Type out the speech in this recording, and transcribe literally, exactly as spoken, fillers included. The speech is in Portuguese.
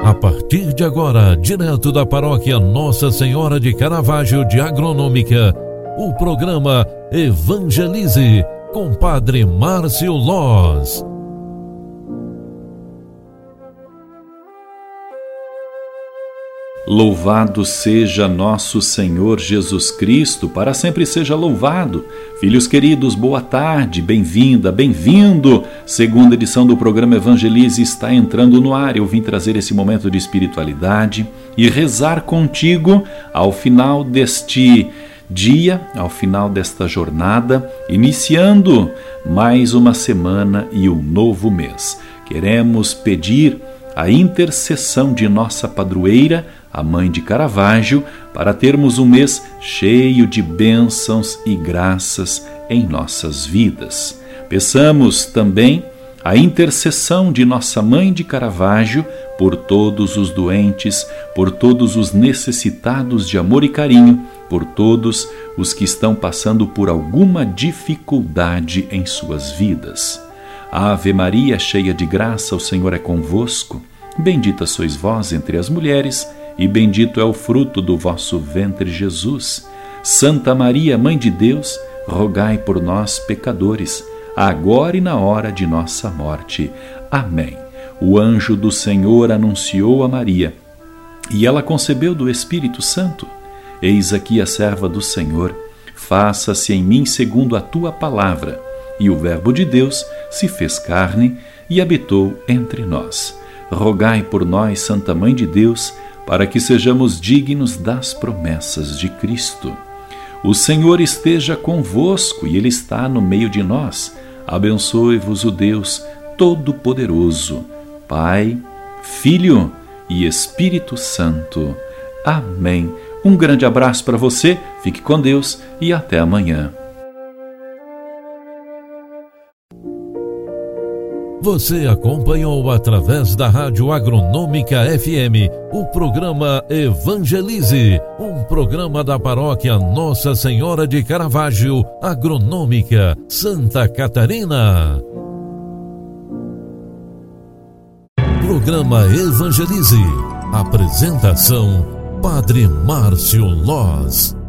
A partir de agora, direto da paróquia Nossa Senhora de Caravaggio de Agronômica, o programa Evangelize com Padre Márcio Loz. Louvado seja nosso Senhor Jesus Cristo, para sempre seja louvado. Filhos queridos, boa tarde, bem-vinda, bem-vindo. Segunda edição do programa Evangelize está entrando no ar. Eu vim trazer esse momento de espiritualidade e rezar contigo ao final deste dia, ao final desta jornada, iniciando mais uma semana e um novo mês. Queremos pedir a intercessão de nossa padroeira, a Mãe de Caravaggio, para termos um mês cheio de bênçãos e graças em nossas vidas. Peçamos também a intercessão de nossa Mãe de Caravaggio por todos os doentes, por todos os necessitados de amor e carinho, por todos os que estão passando por alguma dificuldade em suas vidas. Ave Maria, cheia de graça, o Senhor é convosco. Bendita sois vós entre as mulheres, e bendito é o fruto do vosso ventre, Jesus. Santa Maria, Mãe de Deus, rogai por nós, pecadores, agora e na hora de nossa morte. Amém. O anjo do Senhor anunciou a Maria, e ela concebeu do Espírito Santo. Eis aqui a serva do Senhor, faça-se em mim segundo a tua palavra. E o Verbo de Deus se fez carne e habitou entre nós. Rogai por nós, Santa Mãe de Deus, para que sejamos dignos das promessas de Cristo. O Senhor esteja convosco e Ele está no meio de nós. Abençoe-vos o Deus Todo-Poderoso, Pai, Filho e Espírito Santo. Amém. Um grande abraço para você, fique com Deus e até amanhã. Você acompanhou através da Rádio Agronômica F M o programa Evangelize, um programa da paróquia Nossa Senhora de Caravaggio, Agronômica, Santa Catarina. Programa Evangelize. Apresentação: Padre Márcio Loz.